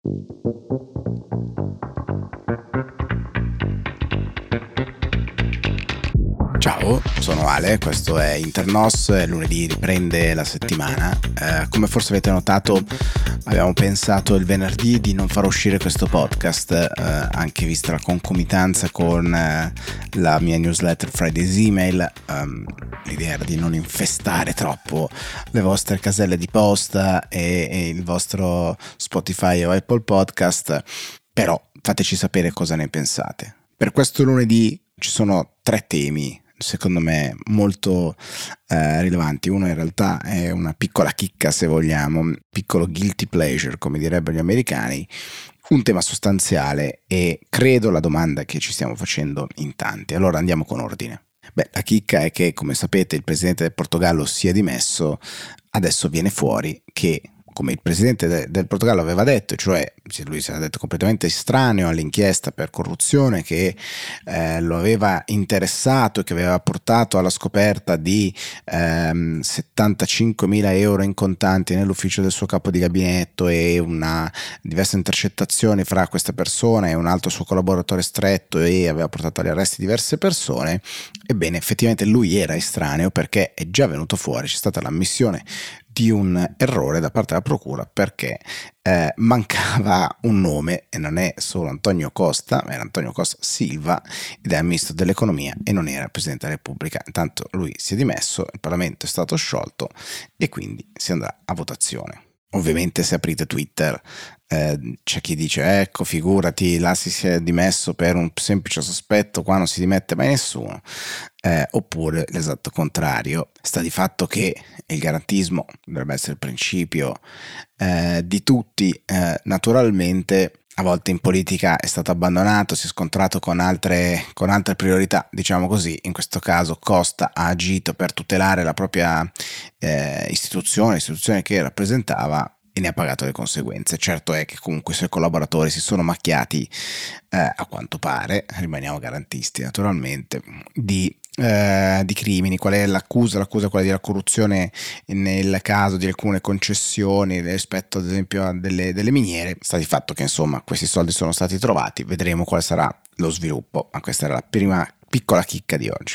Ciao, sono Ale, questo è Internos, lunedì riprende la settimana. Come forse avete notato, abbiamo pensato il venerdì di non far uscire questo podcast, anche vista la concomitanza con la mia newsletter Friday's Email. L'idea era di non infestare troppo le vostre caselle di posta e il vostro Spotify o Apple Podcast, però fateci sapere cosa ne pensate. Per questo lunedì ci sono 3 temi secondo me molto rilevanti. Uno in realtà è una piccola chicca, se vogliamo, piccolo guilty pleasure come direbbero gli americani, un tema sostanziale e credo la domanda che ci stiamo facendo in tanti. Allora andiamo con ordine. La chicca è che, come sapete, il presidente del Portogallo si è dimesso. Adesso viene fuori che, come il presidente del Portogallo aveva detto, cioè lui si era detto completamente estraneo all'inchiesta per corruzione che lo aveva interessato e che aveva portato alla scoperta di 75.000 euro in contanti nell'ufficio del suo capo di gabinetto e diverse intercettazioni fra questa persona e un altro suo collaboratore stretto, e aveva portato agli arresti diverse persone. Ebbene, effettivamente lui era estraneo perché è già venuto fuori, c'è stata l'ammissione di un errore da parte della procura, perché mancava un nome e non è solo Antonio Costa, ma era Antonio Costa Silva ed è il ministro dell'economia e non era il presidente della Repubblica. Intanto lui si è dimesso, il Parlamento è stato sciolto e quindi si andrà a votazione. Ovviamente se aprite Twitter c'è chi dice ecco, figurati, là si è dimesso per un semplice sospetto, qua non si dimette mai nessuno, oppure l'esatto contrario. Sta di fatto che il garantismo dovrebbe essere il principio di tutti, naturalmente a volte in politica è stato abbandonato, si è scontrato con altre priorità, diciamo così. In questo caso Costa ha agito per tutelare la propria istituzione che rappresentava e ne ha pagato le conseguenze. Certo è che comunque i suoi collaboratori si sono macchiati, a quanto pare, rimaniamo garantisti naturalmente, di crimini. Qual è l'accusa? L'accusa è quella della corruzione nel caso di alcune concessioni rispetto ad esempio a delle miniere. Sta di fatto che insomma questi soldi sono stati trovati, vedremo quale sarà lo sviluppo, ma questa era la prima piccola chicca di oggi.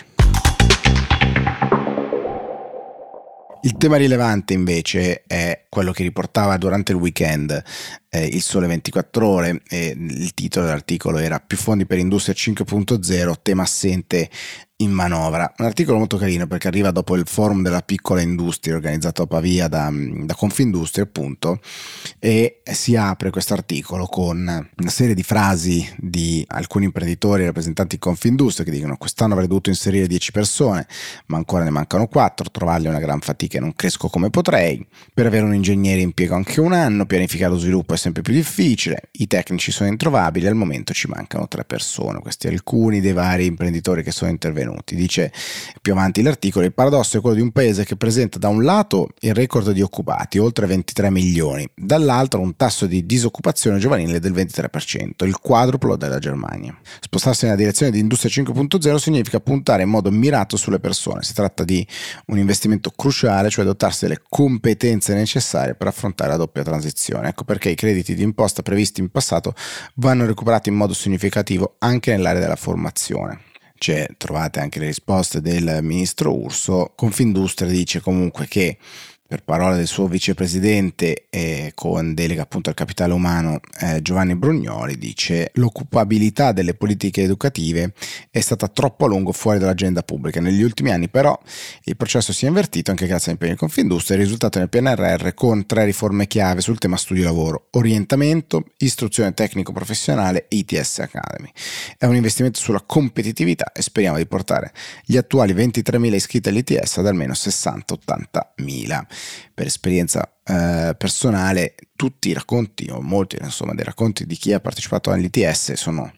Il tema rilevante invece è quello che riportava durante il weekend il Sole 24 Ore. Il titolo dell'articolo era "Più fondi per Industria 5.0, tema assente in manovra". Un articolo molto carino perché arriva dopo il forum della piccola industria organizzato a Pavia da Confindustria, appunto, e si apre questo articolo con una serie di frasi di alcuni imprenditori rappresentanti di Confindustria che dicono: quest'anno avrei dovuto inserire 10 persone ma ancora ne mancano 4, trovarle è una gran fatica e non cresco come potrei, per avere un ingegnere impiego anche un anno, pianificare lo sviluppo è sempre più difficile, i tecnici sono introvabili, al momento ci mancano 3 persone. Questi alcuni dei vari imprenditori che sono intervenuti. Dice più avanti l'articolo: il paradosso è quello di un paese che presenta da un lato il record di occupati, oltre 23 milioni, dall'altro un tasso di disoccupazione giovanile del 23%, il quadruplo della Germania. Spostarsi nella direzione di Industria 5.0 significa puntare in modo mirato sulle persone. Si tratta di un investimento cruciale, cioè dotarsi delle competenze necessarie per affrontare la doppia transizione. Ecco perché i crediti di imposta previsti in passato vanno recuperati in modo significativo anche nell'area della formazione. Trovate anche le risposte del ministro Urso. Confindustria dice comunque che, per parole del suo vicepresidente con delega appunto al capitale umano, Giovanni Brugnoli, dice: l'occupabilità delle politiche educative è stata troppo a lungo fuori dall'agenda pubblica. Negli ultimi anni però il processo si è invertito anche grazie all'impegno di Confindustria. Il risultato nel PNRR con 3 riforme chiave sul tema studio-lavoro: orientamento, istruzione tecnico-professionale e ITS Academy. È un investimento sulla competitività e speriamo di portare gli attuali 23.000 iscritti all'ITS ad almeno 60-80.000. Per esperienza personale, tutti i racconti, o molti insomma dei racconti di chi ha partecipato all'ITS sono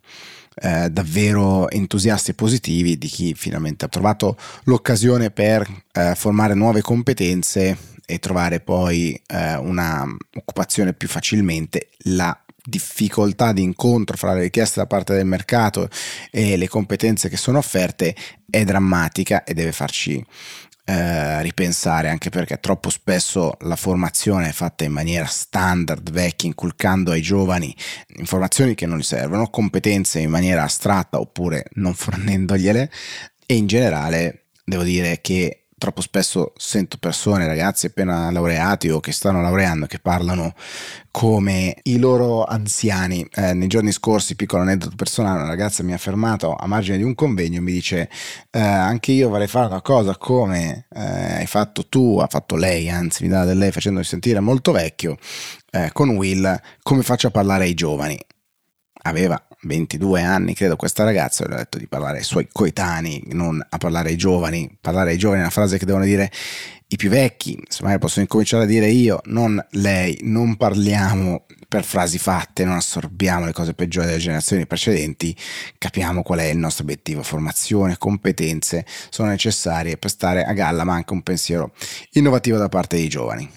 davvero entusiasti e positivi, di chi finalmente ha trovato l'occasione per formare nuove competenze e trovare poi una occupazione più facilmente. La difficoltà di incontro fra le richieste da parte del mercato e le competenze che sono offerte è drammatica e deve farci ripensare, anche perché troppo spesso la formazione è fatta in maniera standard, vecchia, inculcando ai giovani informazioni che non gli servono, competenze in maniera astratta oppure non fornendogliele, e in generale devo dire che troppo spesso sento persone, ragazzi appena laureati o che stanno laureando, che parlano come i loro anziani. Nei giorni scorsi, piccolo aneddoto personale, una ragazza mi ha fermato a margine di un convegno e mi dice anche io vorrei fare una cosa come hai fatto tu, ha fatto lei, anzi mi dà del lei facendomi sentire molto vecchio, con Will, come faccio a parlare ai giovani? Aveva 22 anni, credo, questa ragazza, le ho detto di parlare ai suoi coetanei, non a parlare ai giovani. Parlare ai giovani è una frase che devono dire i più vecchi, insomma posso incominciare a dire io, non lei. Non parliamo per frasi fatte, non assorbiamo le cose peggiori delle generazioni precedenti, capiamo qual è il nostro obiettivo. Formazione, competenze sono necessarie per stare a galla, ma anche un pensiero innovativo da parte dei giovani.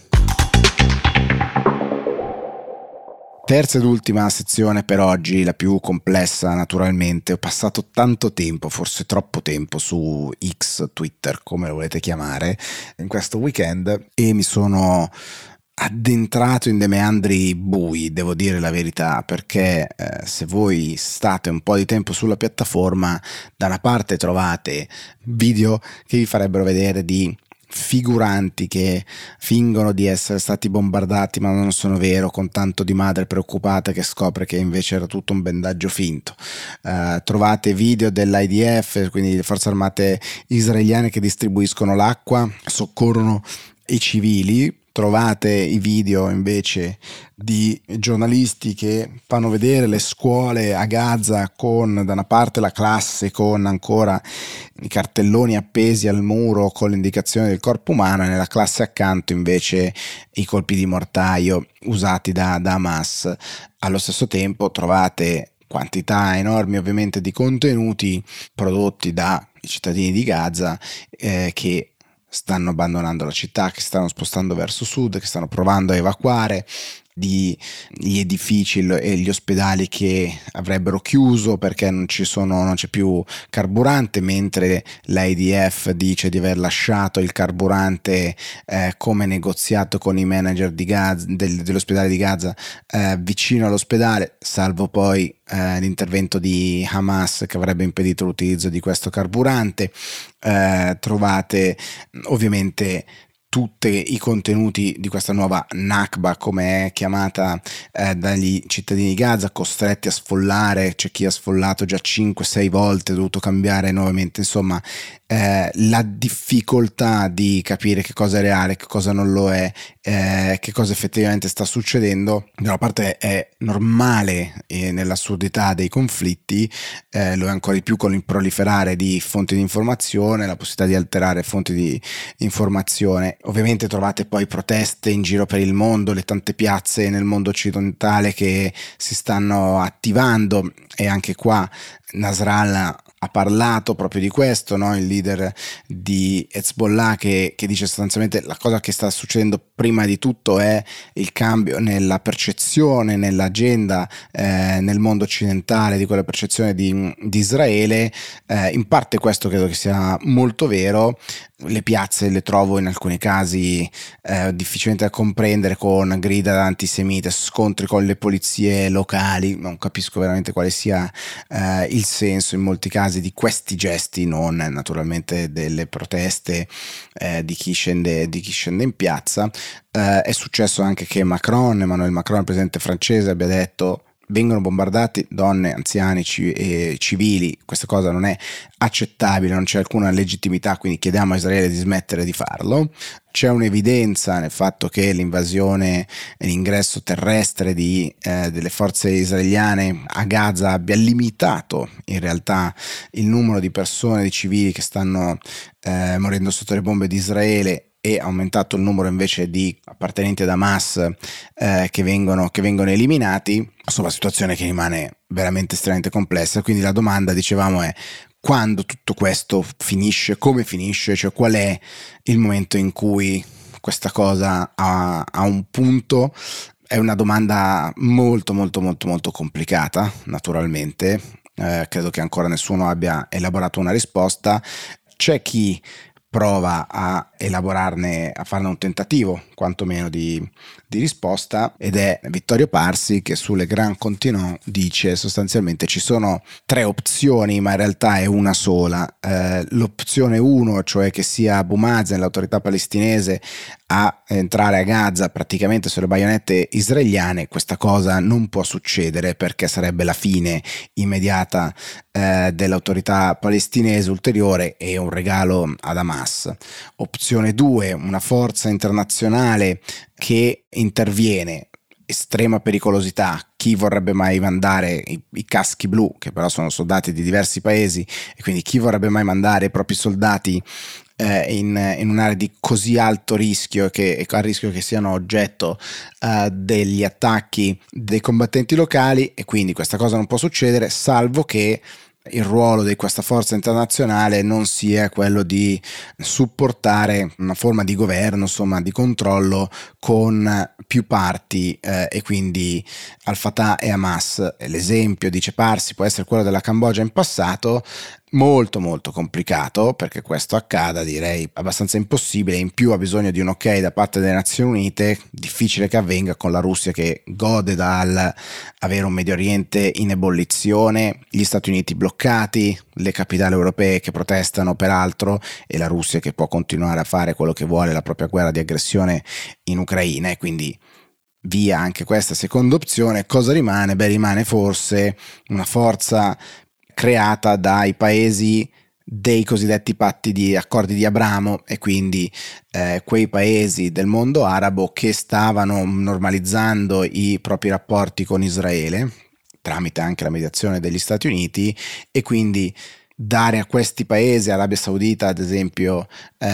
Terza ed ultima sezione per oggi, la più complessa naturalmente. Ho passato tanto tempo, forse troppo tempo, su X, Twitter, come lo volete chiamare, in questo weekend, e mi sono addentrato in dei meandri bui, devo dire la verità, perché se voi state un po' di tempo sulla piattaforma, da una parte trovate video che vi farebbero vedere di figuranti che fingono di essere stati bombardati ma non sono vero, con tanto di madre preoccupata che scopre che invece era tutto un bendaggio finto. Trovate video dell'IDF, quindi le forze armate israeliane, che distribuiscono l'acqua, soccorrono i civili. Trovate i video invece di giornalisti che fanno vedere le scuole a Gaza con da una parte la classe con ancora i cartelloni appesi al muro con l'indicazione del corpo umano, e nella classe accanto invece i colpi di mortaio usati da Hamas. Allo stesso tempo trovate quantità enormi ovviamente di contenuti prodotti dai cittadini di Gaza che stanno abbandonando la città, che stanno spostando verso sud, che stanno provando a evacuare, di gli edifici e gli ospedali che avrebbero chiuso perché non c'è più carburante, mentre l'IDF dice di aver lasciato il carburante come negoziato con i manager di Gaza, dell'ospedale di Gaza, vicino all'ospedale, salvo poi l'intervento di Hamas che avrebbe impedito l'utilizzo di questo carburante. Trovate ovviamente tutti i contenuti di questa nuova Nakba, come è chiamata dagli cittadini di Gaza, costretti a sfollare. C'è chi ha sfollato già 5-6 volte, ha dovuto cambiare nuovamente. Insomma, la difficoltà di capire che cosa è reale, che cosa non lo è, che cosa effettivamente sta succedendo. Da una parte è normale nell'assurdità dei conflitti, lo è ancora di più con il proliferare di fonti di informazione, la possibilità di alterare fonti di informazione. Ovviamente trovate poi proteste in giro per il mondo, le tante piazze nel mondo occidentale che si stanno attivando, e anche qua Nasrallah ha parlato proprio di questo, no? Il leader di Hezbollah che dice sostanzialmente la cosa che sta succedendo prima di tutto è il cambio nella percezione, nell'agenda nel mondo occidentale di quella percezione di Israele. In parte questo credo che sia molto vero. Le piazze le trovo in alcuni casi difficilmente da comprendere, con grida antisemite, scontri con le polizie locali. Non capisco veramente quale sia il senso in molti casi di questi gesti, non naturalmente delle proteste di chi scende in piazza. È successo anche che Emmanuel Macron, il presidente francese, abbia detto: vengono bombardati donne, anziani e civili, questa cosa non è accettabile, non c'è alcuna legittimità, quindi chiediamo a Israele di smettere di farlo. C'è un'evidenza nel fatto che l'invasione e l'ingresso terrestre delle forze israeliane a Gaza abbia limitato in realtà il numero di persone, di civili che stanno morendo sotto le bombe di Israele, e aumentato il numero invece di appartenenti ad Hamas che vengono eliminati. Insomma, situazione che rimane veramente estremamente complessa. Quindi la domanda, dicevamo, è: quando tutto questo finisce, come finisce, cioè qual è il momento in cui questa cosa ha un punto? È una domanda molto molto molto molto complicata, naturalmente. Credo che ancora nessuno abbia elaborato una risposta. C'è chi prova a elaborarne, a farne un tentativo quantomeno di risposta, ed è Vittorio Parsi che sulle Grand Continent dice sostanzialmente ci sono 3 opzioni, ma in realtà è una sola. L'opzione 1, cioè che sia Abu Mazen, l'autorità palestinese, a entrare a Gaza praticamente sulle baionette israeliane, questa cosa non può succedere perché sarebbe la fine immediata dell'autorità palestinese ulteriore e un regalo ad Hamas. Opzione 2, una forza internazionale che interviene, estrema pericolosità, chi vorrebbe mai mandare i caschi blu, che però sono soldati di diversi paesi, e quindi chi vorrebbe mai mandare i propri soldati in un'area di così alto rischio, che a rischio che siano oggetto degli attacchi dei combattenti locali, e quindi questa cosa non può succedere, salvo che il ruolo di questa forza internazionale non sia quello di supportare una forma di governo, insomma di controllo con più parti, e quindi Al-Fatah e Hamas. L'esempio, dice Parsi, può essere quello della Cambogia in passato, molto molto complicato perché questo accada, direi abbastanza impossibile, in più ha bisogno di un ok da parte delle Nazioni Unite, difficile che avvenga con la Russia che gode dal avere un Medio Oriente in ebollizione, gli Stati Uniti bloccati, le capitali europee che protestano peraltro, e la Russia che può continuare a fare quello che vuole, la propria guerra di aggressione in Ucraina, e quindi via anche questa seconda opzione. Cosa rimane? Beh, rimane forse una forza creata dai paesi dei cosiddetti patti di accordi di Abramo, e quindi quei paesi del mondo arabo che stavano normalizzando i propri rapporti con Israele tramite anche la mediazione degli Stati Uniti, e quindi dare a questi paesi, Arabia Saudita ad esempio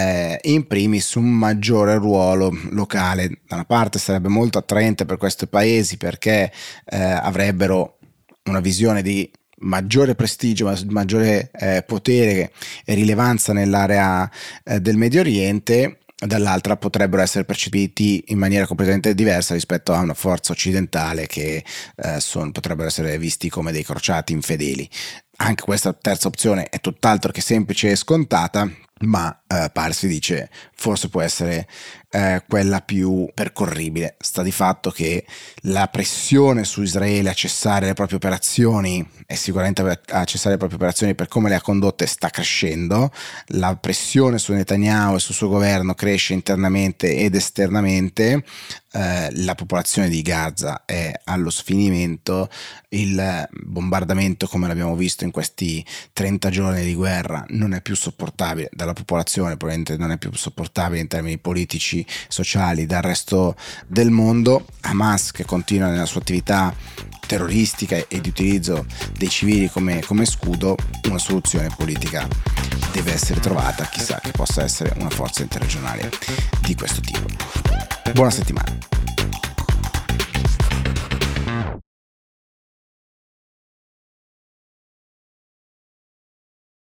in primis, un maggiore ruolo locale. Da una parte sarebbe molto attraente per questi paesi perché avrebbero una visione di maggiore prestigio, maggiore potere e rilevanza nell'area del Medio Oriente, dall'altra potrebbero essere percepiti in maniera completamente diversa rispetto a una forza occidentale che potrebbero essere visti come dei crociati infedeli. Anche questa terza opzione è tutt'altro che semplice e scontata, ma Parsi dice forse può essere quella più percorribile. Sta di fatto che la pressione su Israele a cessare le proprie operazioni, e sicuramente a cessare le proprie operazioni per come le ha condotte, sta crescendo. La pressione su Netanyahu e sul suo governo cresce internamente ed esternamente. La popolazione di Gaza è allo sfinimento, il bombardamento, come l'abbiamo visto in questi 30 giorni di guerra, non è più sopportabile dalla popolazione, probabilmente non è più sopportabile in termini politici, sociali, dal resto del mondo. Hamas che continua nella sua attività terroristica e di utilizzo dei civili come scudo. Una soluzione politica deve essere trovata, chissà che possa essere una forza interregionale di questo tipo. Buona settimana.